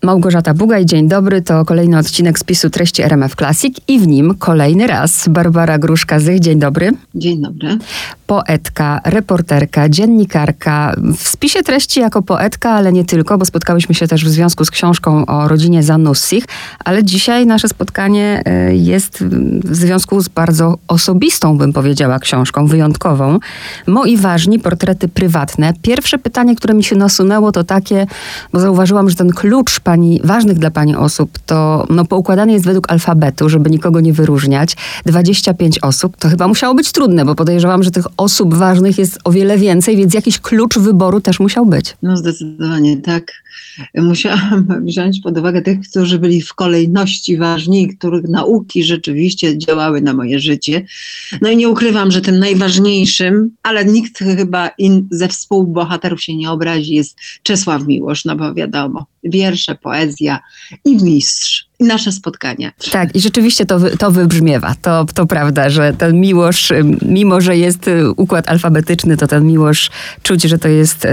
Małgorzata Bugaj, dzień dobry. To kolejny odcinek spisu treści RMF Classic i w nim kolejny raz Barbara Gruszka-Zych. Dzień dobry. Dzień dobry. Poetka, reporterka, dziennikarka. W spisie treści jako poetka, ale nie tylko, bo spotkałyśmy się też w związku z książką o rodzinie Zanussich, ale dzisiaj nasze spotkanie jest w związku z bardzo osobistą, bym powiedziała, książką, wyjątkową. Moi ważni, portrety prywatne. Pierwsze pytanie, które mi się nasunęło, to takie, bo zauważyłam, że ten klucz ważnych dla pani osób, to poukładany jest według alfabetu, żeby nikogo nie wyróżniać. 25 osób. To chyba musiało być trudne, bo podejrzewam, że tych osób ważnych jest o wiele więcej, więc jakiś klucz wyboru też musiał być. No zdecydowanie tak. Musiałam wziąć pod uwagę tych, którzy byli w kolejności ważni, których nauki rzeczywiście działały na moje życie. No i nie ukrywam, że tym najważniejszym, ale nikt chyba ze współbohaterów się nie obrazi, jest Czesław Miłosz, no bo wiadomo, wiersze, poezja i mistrz. I nasze spotkania. Tak, i rzeczywiście to wybrzmiewa. To prawda, że ten Miłosz, mimo że jest układ alfabetyczny, to ten Miłosz czuć, że to jest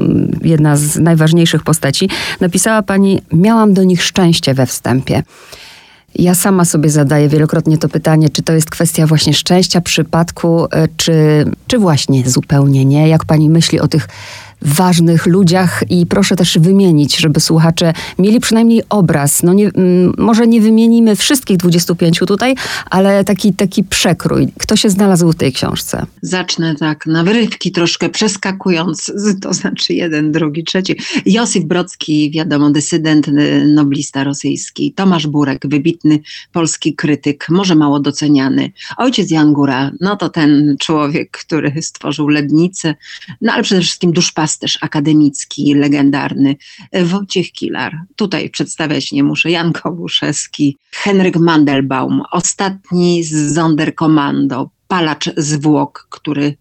jedna z najważniejszych postaci. Napisała pani, miałam do nich szczęście we wstępie. Ja sama sobie zadaję wielokrotnie to pytanie, czy to jest kwestia właśnie szczęścia, przypadku, czy właśnie zupełnie nie. Jak pani myśli o tych ważnych ludziach i proszę też wymienić, żeby słuchacze mieli przynajmniej obraz. Może nie wymienimy wszystkich 25 tutaj, ale taki przekrój. Kto się znalazł w tej książce? Zacznę tak na wyrywki troszkę przeskakując, to znaczy jeden, drugi, trzeci. Józef Brodski, wiadomo, dysydent, noblista rosyjski. Tomasz Burek, wybitny polski krytyk, może mało doceniany. Ojciec Jan Góra, no to ten człowiek, który stworzył Lebnicę, no ale przede wszystkim duszpasterz akademicki, legendarny. Wojciech Kilar, tutaj przedstawiać nie muszę, Jan Kołuszewski, Henryk Mandelbaum, ostatni z Sonderkommando, palacz zwłok, który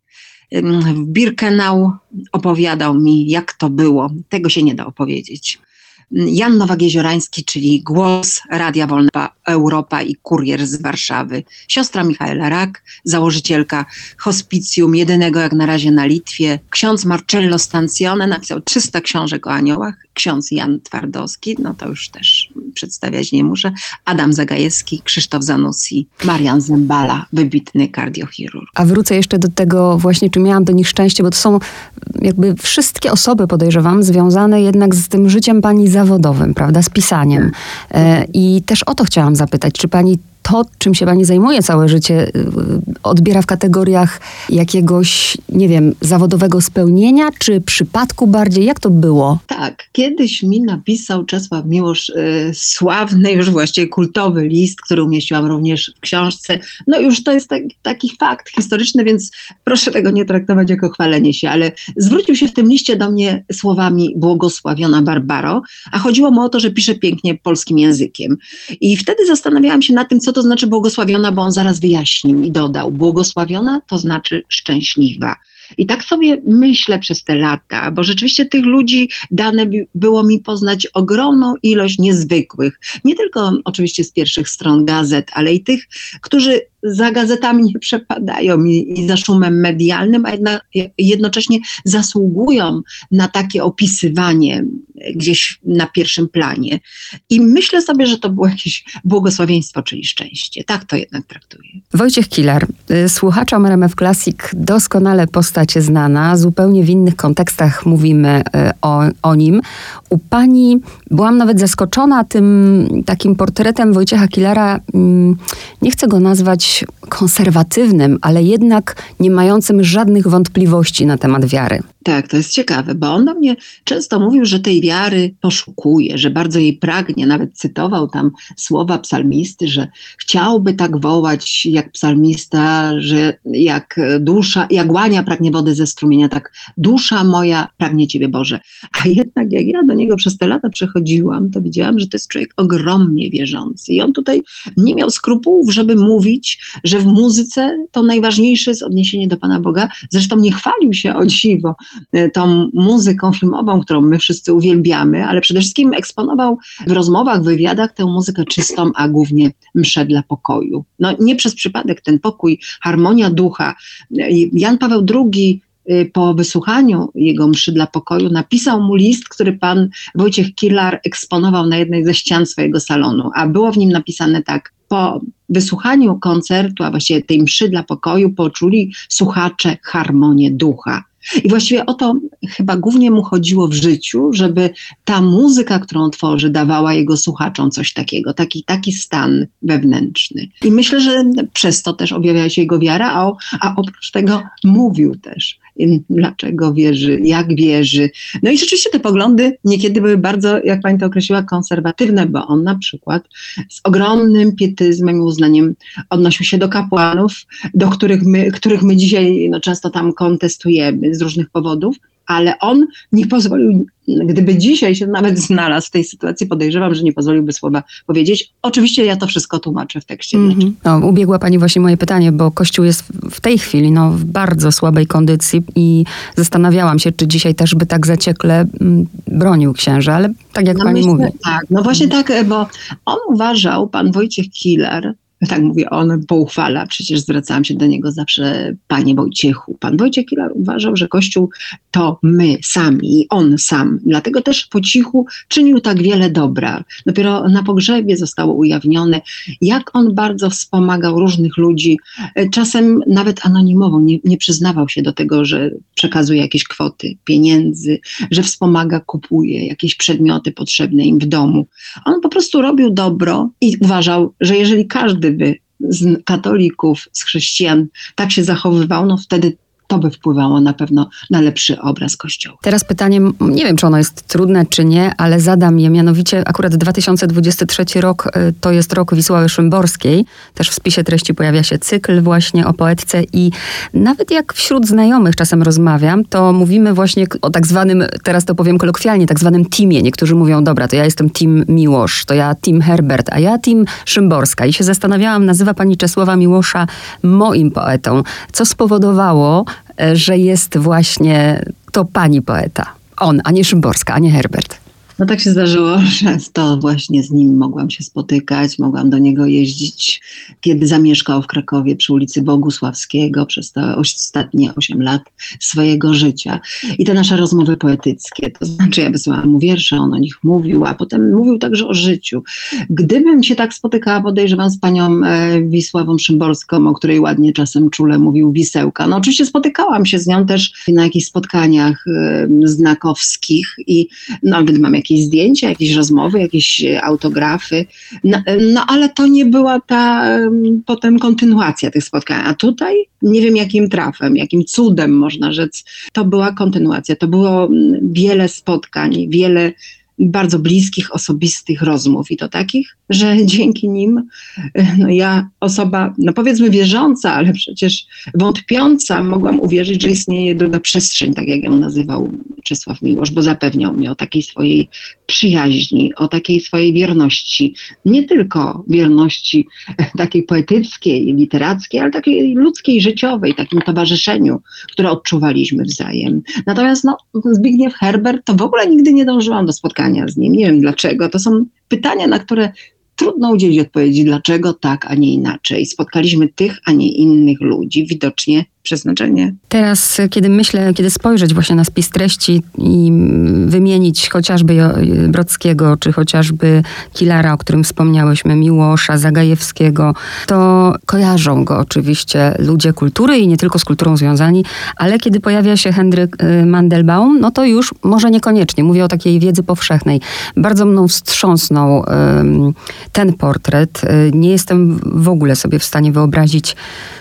w Birkenau opowiadał mi, jak to było. Tego się nie da opowiedzieć. Jan Nowak-Jeziorański, czyli głos Radia Wolna Europa i kurier z Warszawy. Siostra Michaela Rak, założycielka hospicjum, jedynego jak na razie na Litwie. Ksiądz Marcello Stancione napisał 300 książek o aniołach. Ksiądz Jan Twardowski, no to już też przedstawiać nie muszę. Adam Zagajewski, Krzysztof Zanussi, Marian Zembala, wybitny kardiochirurg. A wrócę jeszcze do tego właśnie, czy miałam do nich szczęście, bo to są jakby wszystkie osoby, podejrzewam, związane jednak z tym życiem pani zawodowym, prawda, z pisaniem. I też o to chciałam zapytać, czy pani to, czym się pani zajmuje całe życie, odbiera w kategoriach jakiegoś, nie wiem, zawodowego spełnienia, czy przypadku bardziej? Jak to było? Tak, kiedyś mi napisał Czesław Miłosz sławny, już właściwie kultowy list, który umieściłam również w książce. No już to jest taki fakt historyczny, więc proszę tego nie traktować jako chwalenie się, ale zwrócił się w tym liście do mnie słowami błogosławiona Barbaro, a chodziło mu o to, że pisze pięknie polskim językiem. I wtedy zastanawiałam się nad tym, co to znaczy błogosławiona, bo on zaraz wyjaśnił i dodał, błogosławiona to znaczy szczęśliwa. I tak sobie myślę przez te lata, bo rzeczywiście tych ludzi dane było mi poznać ogromną ilość niezwykłych. Nie tylko oczywiście z pierwszych stron gazet, ale i tych, którzy za gazetami nie przepadają i za szumem medialnym, a jednocześnie zasługują na takie opisywanie gdzieś na pierwszym planie. I myślę sobie, że to było jakieś błogosławieństwo, czyli szczęście. Tak to jednak traktuję. Wojciech Kilar, słuchaczom RMF Classic doskonale postać znana, zupełnie w innych kontekstach mówimy o nim. U pani byłam nawet zaskoczona tym takim portretem Wojciecha Kilara, nie chcę go nazwać konserwatywnym, ale jednak nie mającym żadnych wątpliwości na temat wiary. Tak, to jest ciekawe, bo on do mnie często mówił, że tej wiary poszukuje, że bardzo jej pragnie, nawet cytował tam słowa psalmisty, że chciałby tak wołać jak psalmista, że jak łania pragnie wody ze strumienia, tak dusza moja pragnie Ciebie, Boże. A jednak jak ja do niego przez te lata przechodziłam, to widziałam, że to jest człowiek ogromnie wierzący i on tutaj nie miał skrupułów, żeby mówić, że w muzyce to najważniejsze jest odniesienie do Pana Boga. Zresztą nie chwalił się, o dziwo, tą muzyką filmową, którą my wszyscy uwielbiamy, ale przede wszystkim eksponował w rozmowach, wywiadach tę muzykę czystą, a głównie mszę dla pokoju. No nie przez przypadek ten pokój, harmonia ducha. Jan Paweł II po wysłuchaniu jego mszy dla pokoju napisał mu list, który pan Wojciech Kilar eksponował na jednej ze ścian swojego salonu, a było w nim napisane tak: po wysłuchaniu koncertu, a właściwie tej mszy dla pokoju, poczuli słuchacze harmonię ducha. I właściwie o to chyba głównie mu chodziło w życiu, żeby ta muzyka, którą tworzy, dawała jego słuchaczom coś takiego, taki stan wewnętrzny. I myślę, że przez to też objawia się jego wiara, a oprócz tego mówił też, dlaczego wierzy, jak wierzy. No i rzeczywiście te poglądy niekiedy były bardzo, jak pani to określiła, konserwatywne, bo on na przykład z ogromnym pietyzmem i uznaniem odnosił się do kapłanów, których my dzisiaj często tam kontestujemy z różnych powodów, ale on nie pozwolił, gdyby dzisiaj się nawet znalazł w tej sytuacji, podejrzewam, że nie pozwoliłby słowa powiedzieć. Oczywiście ja to wszystko tłumaczę w tekście. Ubiegła pani właśnie moje pytanie, bo Kościół jest w tej chwili w bardzo słabej kondycji i zastanawiałam się, czy dzisiaj też by tak zaciekle bronił księża, ale tak jak pani mówi. Tak, właśnie tak, bo on uważał, pan Wojciech Kilar, tak mówię, on pouchwala, przecież zwracałam się do niego zawsze: panie Wojciechu. Pan Wojciech Kilar uważał, że Kościół to my sami i on sam. Dlatego też po cichu czynił tak wiele dobra. Dopiero na pogrzebie zostało ujawnione, jak on bardzo wspomagał różnych ludzi. Czasem nawet anonimowo nie przyznawał się do tego, że przekazuje jakieś kwoty pieniędzy, że wspomaga, kupuje jakieś przedmioty potrzebne im w domu. On po prostu robił dobro i uważał, że jeżeli każdy by z katolików, z chrześcijan tak się zachowywał, wtedy to by wpływało na pewno na lepszy obraz Kościoła. Teraz pytanie, nie wiem, czy ono jest trudne, czy nie, ale zadam je. Mianowicie akurat 2023 rok to jest rok Wisławy Szymborskiej. Też w spisie treści pojawia się cykl właśnie o poetce i nawet jak wśród znajomych czasem rozmawiam, to mówimy właśnie o tak zwanym, teraz to powiem kolokwialnie, tak zwanym teamie. Niektórzy mówią: dobra, to ja jestem team Miłosz, to ja team Herbert, a ja team Szymborska. I się zastanawiałam, nazywa pani Czesława Miłosza moim poetą. Co spowodowało, że jest właśnie to pani poeta. On, a nie Szymborska, a nie Herbert. No tak się zdarzyło, że to właśnie z nim mogłam się spotykać, mogłam do niego jeździć, kiedy zamieszkał w Krakowie przy ulicy Bogusławskiego przez te ostatnie 8 lat swojego życia. I te nasze rozmowy poetyckie, to znaczy ja wysyłałam mu wiersze, on o nich mówił, a potem mówił także o życiu. Gdybym się tak spotykała, podejrzewam, z panią Wisławą Szymborską, o której ładnie czasem czule mówił Wisełka. No oczywiście spotykałam się z nią też na jakichś spotkaniach znakowskich i nawet mam jakieś zdjęcia, jakieś rozmowy, jakieś autografy, ale to nie była ta potem kontynuacja tych spotkań. A tutaj nie wiem jakim trafem, jakim cudem można rzec, to była kontynuacja. To było wiele spotkań, wiele bardzo bliskich, osobistych rozmów i to takich, że dzięki nim ja, osoba, powiedzmy wierząca, ale przecież wątpiąca, mogłam uwierzyć, że istnieje druga przestrzeń, tak jak ją nazywał Czesław Miłosz, bo zapewniał mnie o takiej swojej przyjaźni, o takiej swojej wierności, nie tylko wierności takiej poetyckiej, literackiej, ale takiej ludzkiej, życiowej, takim towarzyszeniu, które odczuwaliśmy wzajem. Natomiast Zbigniew Herbert, to w ogóle nigdy nie dążyłam do spotkania z nim. Nie wiem dlaczego. To są pytania, na które trudno udzielić odpowiedzi, dlaczego tak, a nie inaczej. Spotkaliśmy tych, a nie innych ludzi. Widocznie przeznaczenie. Teraz, kiedy spojrzeć właśnie na spis treści i wymienić chociażby Brodskiego, czy chociażby Kilara, o którym wspomniałyśmy, Miłosza, Zagajewskiego, to kojarzą go oczywiście ludzie kultury i nie tylko z kulturą związani, ale kiedy pojawia się Henryk Mandelbaum, to już może niekoniecznie. Mówię o takiej wiedzy powszechnej. Bardzo mną wstrząsnął ten portret. Nie jestem w ogóle sobie w stanie wyobrazić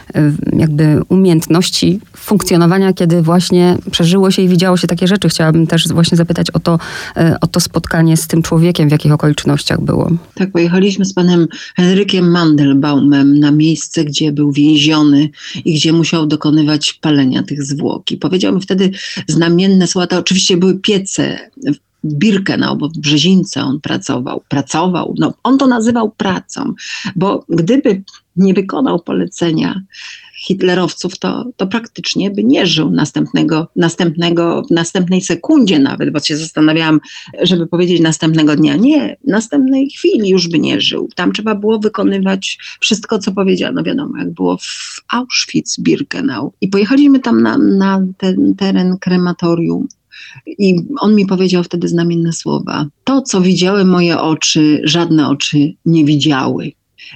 jakby umiejętności funkcjonowania, kiedy właśnie przeżyło się i widziało się takie rzeczy. Chciałabym też właśnie zapytać o to spotkanie z tym człowiekiem, w jakich okolicznościach było. Tak, pojechaliśmy z panem Henrykiem Mandelbaumem na miejsce, gdzie był więziony i gdzie musiał dokonywać palenia tych zwłok. I powiedział mi wtedy znamienne słowa, to oczywiście były piece w Birkenau, bo w Brzezińce on pracował. On to nazywał pracą, bo gdyby nie wykonał polecenia hitlerowców, to praktycznie by nie żył w następnej sekundzie nawet, bo się zastanawiałam, żeby powiedzieć następnego dnia. Nie, następnej chwili już by nie żył. Tam trzeba było wykonywać wszystko, co powiedziano. Wiadomo, jak było w Auschwitz-Birkenau. I pojechaliśmy tam na ten teren krematorium. I on mi powiedział wtedy znamienne słowa. To, co widziały moje oczy, żadne oczy nie widziały.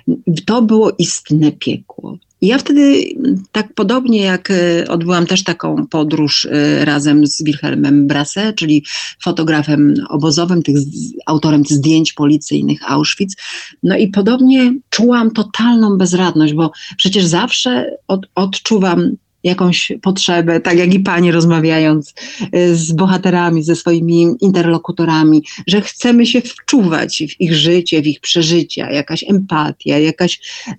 To było istne piekło. I ja wtedy, tak podobnie jak odbyłam też taką podróż razem z Wilhelmem Brasse, czyli fotografem obozowym, autorem tych zdjęć policyjnych Auschwitz. No i podobnie czułam totalną bezradność, bo przecież zawsze odczuwam jakąś potrzebę, tak jak i pani rozmawiając z bohaterami, ze swoimi interlokutorami, że chcemy się wczuwać w ich życie, w ich przeżycia, jakaś empatia, jakaś,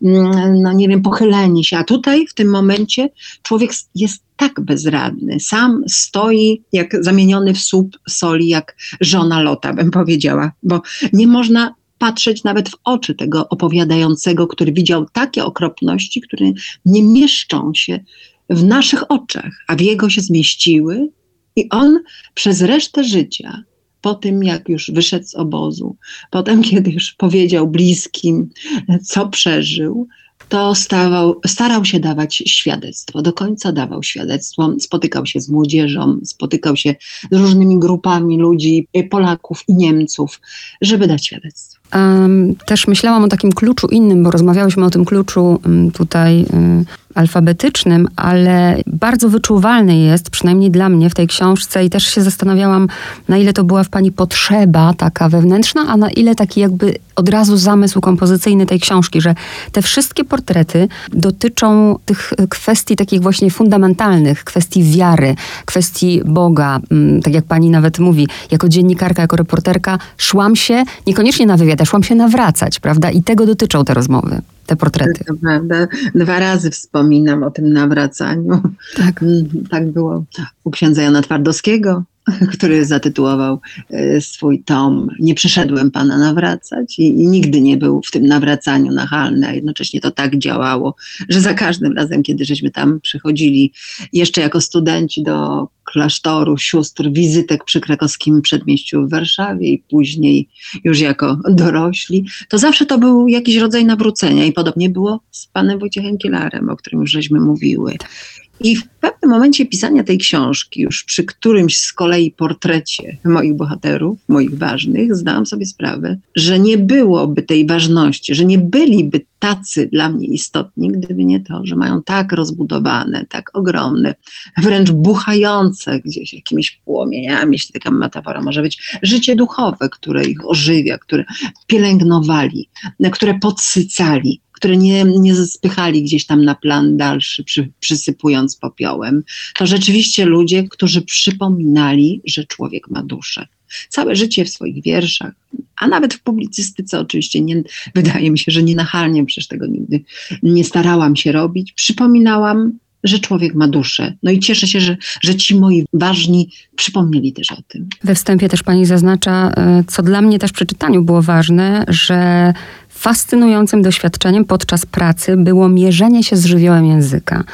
no nie wiem, pochylenie się. A tutaj w tym momencie człowiek jest tak bezradny. Sam stoi jak zamieniony w słup soli, jak żona Lota, bym powiedziała, bo nie można patrzeć nawet w oczy tego opowiadającego, który widział takie okropności, które nie mieszczą się w naszych oczach, a w jego się zmieściły i on przez resztę życia, po tym jak już wyszedł z obozu, potem kiedy już powiedział bliskim, co przeżył, to starał się dawać świadectwo, do końca dawał świadectwo, spotykał się z młodzieżą, spotykał się z różnymi grupami ludzi, Polaków i Niemców, żeby dać świadectwo. Też myślałam o takim kluczu innym, bo rozmawiałyśmy o tym kluczu tutaj alfabetycznym, ale bardzo wyczuwalny jest, przynajmniej dla mnie w tej książce i też się zastanawiałam, na ile to była w pani potrzeba taka wewnętrzna, a na ile taki jakby od razu zamysł kompozycyjny tej książki, że te wszystkie portrety dotyczą tych kwestii takich właśnie fundamentalnych, kwestii wiary, kwestii Boga. Tak jak pani nawet mówi, jako dziennikarka, jako reporterka szłam się, niekoniecznie na wywiad, szłam się nawracać, prawda? I tego dotyczą te rozmowy, te portrety. To prawda. 2 razy wspominam o tym nawracaniu. Tak, tak było u księdza Jana Twardowskiego, który zatytułował swój tom Nie przyszedłem Pana nawracać i nigdy nie był w tym nawracaniu nachalny, a jednocześnie to tak działało, że za każdym razem, kiedy żeśmy tam przychodzili jeszcze jako studenci do klasztoru sióstr Wizytek przy Krakowskim Przedmieściu w Warszawie i później już jako dorośli, to zawsze to był jakiś rodzaj nawrócenia i podobnie było z panem Wojciechem Kielarem, o którym już żeśmy mówiły. I w pewnym momencie pisania tej książki, już przy którymś z kolei portrecie moich bohaterów, moich ważnych, zdałam sobie sprawę, że nie byłoby tej ważności, że nie byliby tacy dla mnie istotni, gdyby nie to, że mają tak rozbudowane, tak ogromne, wręcz buchające gdzieś jakimiś płomieniami, jeśli taka metafora może być, życie duchowe, które ich ożywia, które pielęgnowali, które podsycali, które nie spychali gdzieś tam na plan dalszy, przysypując popiołem. To rzeczywiście ludzie, którzy przypominali, że człowiek ma duszę. Całe życie w swoich wierszach, a nawet w publicystyce oczywiście, wydaje mi się, że nienachalnie, przecież tego nigdy nie starałam się robić, przypominałam, że człowiek ma duszę. No i cieszę się, że ci moi ważni przypomnieli też o tym. We wstępie też pani zaznacza, co dla mnie też przy czytaniu było ważne, że fascynującym doświadczeniem podczas pracy było mierzenie się z żywiołem języka.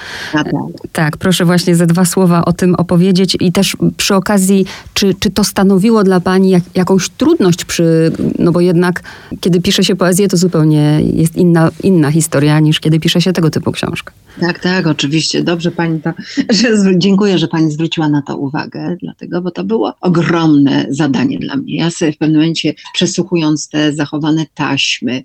Tak, proszę właśnie ze 2 słowa o tym opowiedzieć i też przy okazji, czy to stanowiło dla pani jakąś trudność no bo jednak kiedy pisze się poezję, to zupełnie jest inna historia niż kiedy pisze się tego typu książkę. Tak, oczywiście. Dobrze pani dziękuję, że pani zwróciła na to uwagę, dlatego, bo to było ogromne zadanie dla mnie. Ja sobie w pewnym momencie przesłuchując te zachowane taśmy,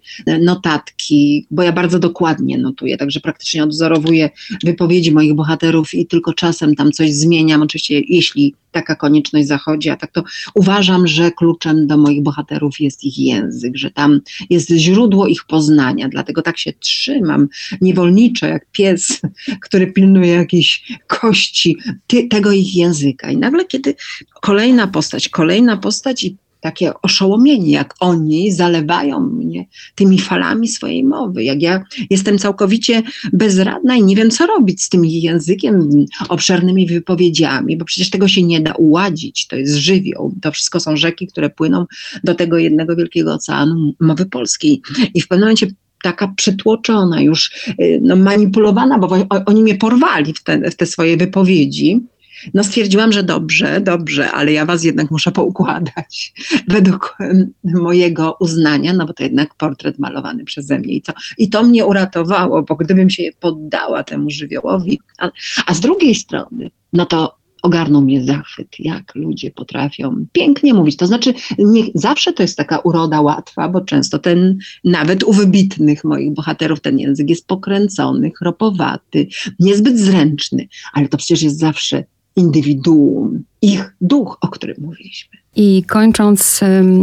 notatki, bo ja bardzo dokładnie notuję, także praktycznie odwzorowuję wypowiedzi moich bohaterów i tylko czasem tam coś zmieniam, oczywiście jeśli taka konieczność zachodzi, a tak to uważam, że kluczem do moich bohaterów jest ich język, że tam jest źródło ich poznania, dlatego tak się trzymam niewolniczo, jak pies, który pilnuje jakiejś kości, tego ich języka. I nagle kiedy kolejna postać i takie oszołomienie, jak oni zalewają mnie tymi falami swojej mowy, jak ja jestem całkowicie bezradna i nie wiem, co robić z tym językiem, obszernymi wypowiedziami, bo przecież tego się nie da uładzić, to jest żywioł, to wszystko są rzeki, które płyną do tego jednego wielkiego oceanu mowy polskiej. I w pewnym momencie taka przytłoczona, już manipulowana, bo oni mnie porwali w te swoje wypowiedzi. No stwierdziłam, że dobrze, ale ja was jednak muszę poukładać według mojego uznania, no bo to jednak portret malowany przeze mnie i to mnie uratowało, bo gdybym się poddała temu żywiołowi, a z drugiej strony, no to ogarnął mnie zachwyt, jak ludzie potrafią pięknie mówić. To znaczy, nie zawsze to jest taka uroda łatwa, bo często nawet u wybitnych moich bohaterów ten język jest pokręcony, chropowaty, niezbyt zręczny, ale to przecież jest zawsze indywiduum, ich duch, o którym mówiliśmy. I kończąc,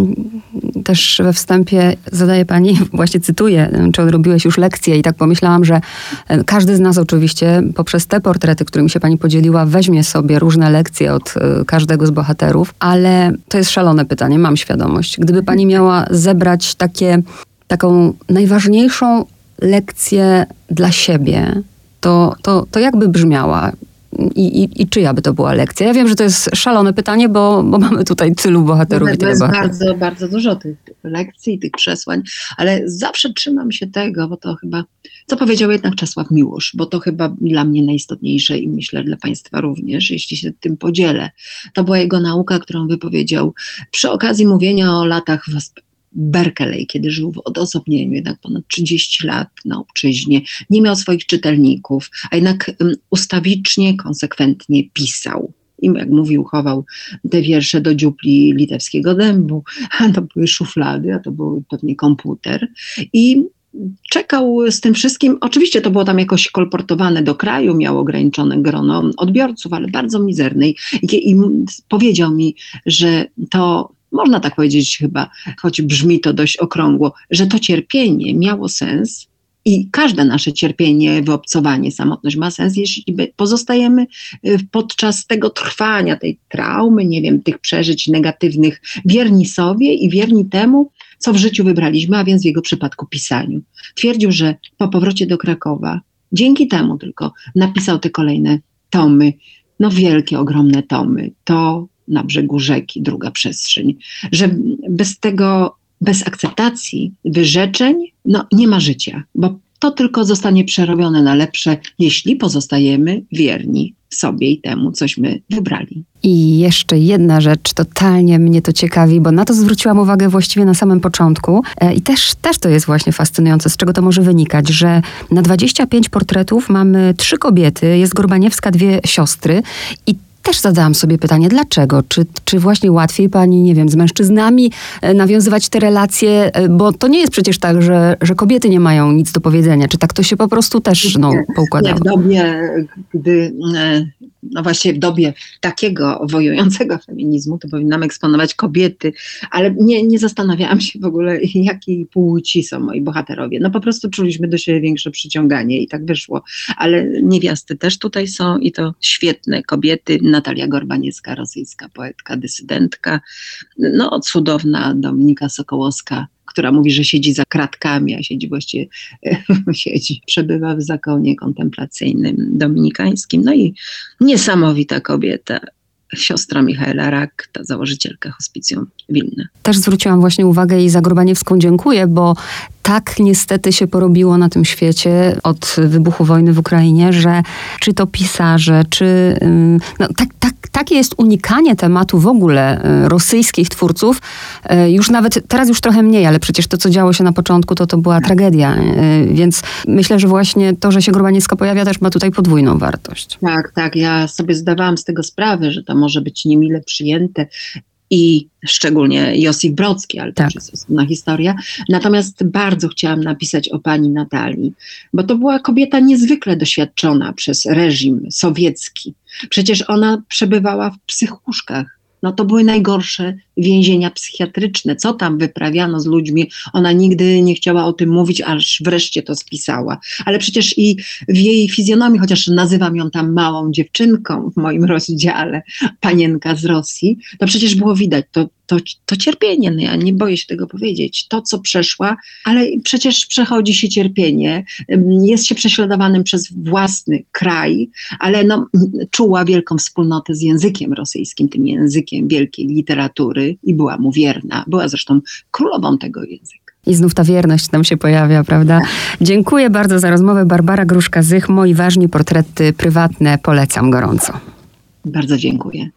też we wstępie zadaję pani, właśnie cytuję, czy odrobiłeś już lekcję i tak pomyślałam, że każdy z nas oczywiście poprzez te portrety, którymi się pani podzieliła, weźmie sobie różne lekcje od każdego z bohaterów, ale to jest szalone pytanie, mam świadomość. Gdyby pani miała zebrać taką najważniejszą lekcję dla siebie, to jakby brzmiała? I czyja by to była lekcja? Ja wiem, że to jest szalone pytanie, bo mamy tutaj tylu bohaterów. To jest bardzo, bardzo dużo tych lekcji, tych przesłań, ale zawsze trzymam się tego, bo to chyba, co powiedział jednak Czesław Miłosz, bo to chyba dla mnie najistotniejsze i myślę dla państwa również, jeśli się tym podzielę. To była jego nauka, którą wypowiedział przy okazji mówienia o latach w Berkeley, kiedy żył w odosobnieniu, jednak ponad 30 lat na obczyźnie, nie miał swoich czytelników, a jednak ustawicznie, konsekwentnie pisał. I jak mówił, chował te wiersze do dziupli litewskiego dębu, a to były szuflady, a to był pewnie komputer. I czekał z tym wszystkim, oczywiście to było tam jakoś kolportowane do kraju, miało ograniczone grono odbiorców, ale bardzo mizernej. I powiedział mi, że to można tak powiedzieć chyba, choć brzmi to dość okrągło, że to cierpienie miało sens i każde nasze cierpienie, wyobcowanie, samotność ma sens, jeśli pozostajemy podczas tego trwania, tej traumy, nie wiem, tych przeżyć negatywnych, wierni sobie i wierni temu, co w życiu wybraliśmy, a więc w jego przypadku pisaniu. Twierdził, że po powrocie do Krakowa, dzięki temu tylko napisał te kolejne tomy, no wielkie, ogromne tomy, to Na brzegu rzeki, druga przestrzeń, że bez akceptacji wyrzeczeń, no nie ma życia, bo to tylko zostanie przerobione na lepsze, jeśli pozostajemy wierni sobie i temu, cośmy wybrali. I jeszcze jedna rzecz, totalnie mnie to ciekawi, bo na to zwróciłam uwagę właściwie na samym początku i też to jest właśnie fascynujące, z czego to może wynikać, że na 25 portretów mamy 3 kobiety, jest Gorbaniewska, 2 siostry i też zadałam sobie pytanie, dlaczego? Czy właśnie łatwiej pani, nie wiem, z mężczyznami nawiązywać te relacje? Bo to nie jest przecież tak, że kobiety nie mają nic do powiedzenia. Czy tak to się po prostu też poukładało? Nie, w dobie, gdy, no właśnie w dobie takiego wojującego feminizmu, to powinnam eksponować kobiety, ale nie zastanawiałam się w ogóle, jakiej płci są moi bohaterowie. No po prostu czuliśmy do siebie większe przyciąganie i tak wyszło. Ale niewiasty też tutaj są i to świetne kobiety. Natalia Gorbaniewska, rosyjska poetka, dysydentka, no cudowna Dominika Sokołowska, która mówi, że siedzi za kratkami, a siedzi właściwie, przebywa w zakonie kontemplacyjnym dominikańskim. No i niesamowita kobieta, siostra Michaela Rak, ta założycielka Hospicjum Wilna. Też zwróciłam właśnie uwagę i za Gorbaniewską dziękuję, bo tak niestety się porobiło na tym świecie od wybuchu wojny w Ukrainie, że czy to pisarze, czy takie jest unikanie tematu w ogóle rosyjskich twórców. Już nawet, teraz już trochę mniej, ale przecież to, co działo się na początku, to była tragedia. Więc myślę, że właśnie to, że się Gorbaniewska pojawia, też ma tutaj podwójną wartość. Tak. Ja sobie zdawałam z tego sprawę, że to może być niemile przyjęte i szczególnie Józef Brodski, ale to jest osobna historia. Natomiast bardzo chciałam napisać o pani Natalii, bo to była kobieta niezwykle doświadczona przez reżim sowiecki. Przecież ona przebywała w psychuszkach. No to były najgorsze więzienia psychiatryczne. Co tam wyprawiano z ludźmi? Ona nigdy nie chciała o tym mówić, aż wreszcie to spisała. Ale przecież i w jej fizjonomii, chociaż nazywam ją tam małą dziewczynką w moim rozdziale, panienka z Rosji, to przecież było widać to cierpienie. No ja nie boję się tego powiedzieć. To, co przeszła, ale przecież przechodzi się cierpienie. Jest się prześladowanym przez własny kraj, ale czuła wielką wspólnotę z językiem rosyjskim, tym językiem wielkiej literatury i była mu wierna. Była zresztą królową tego języka. I znów ta wierność tam się pojawia, prawda? Dziękuję bardzo za rozmowę. Barbara Gruszka-Zych, Moi ważni portrety prywatne. Polecam gorąco. Bardzo dziękuję.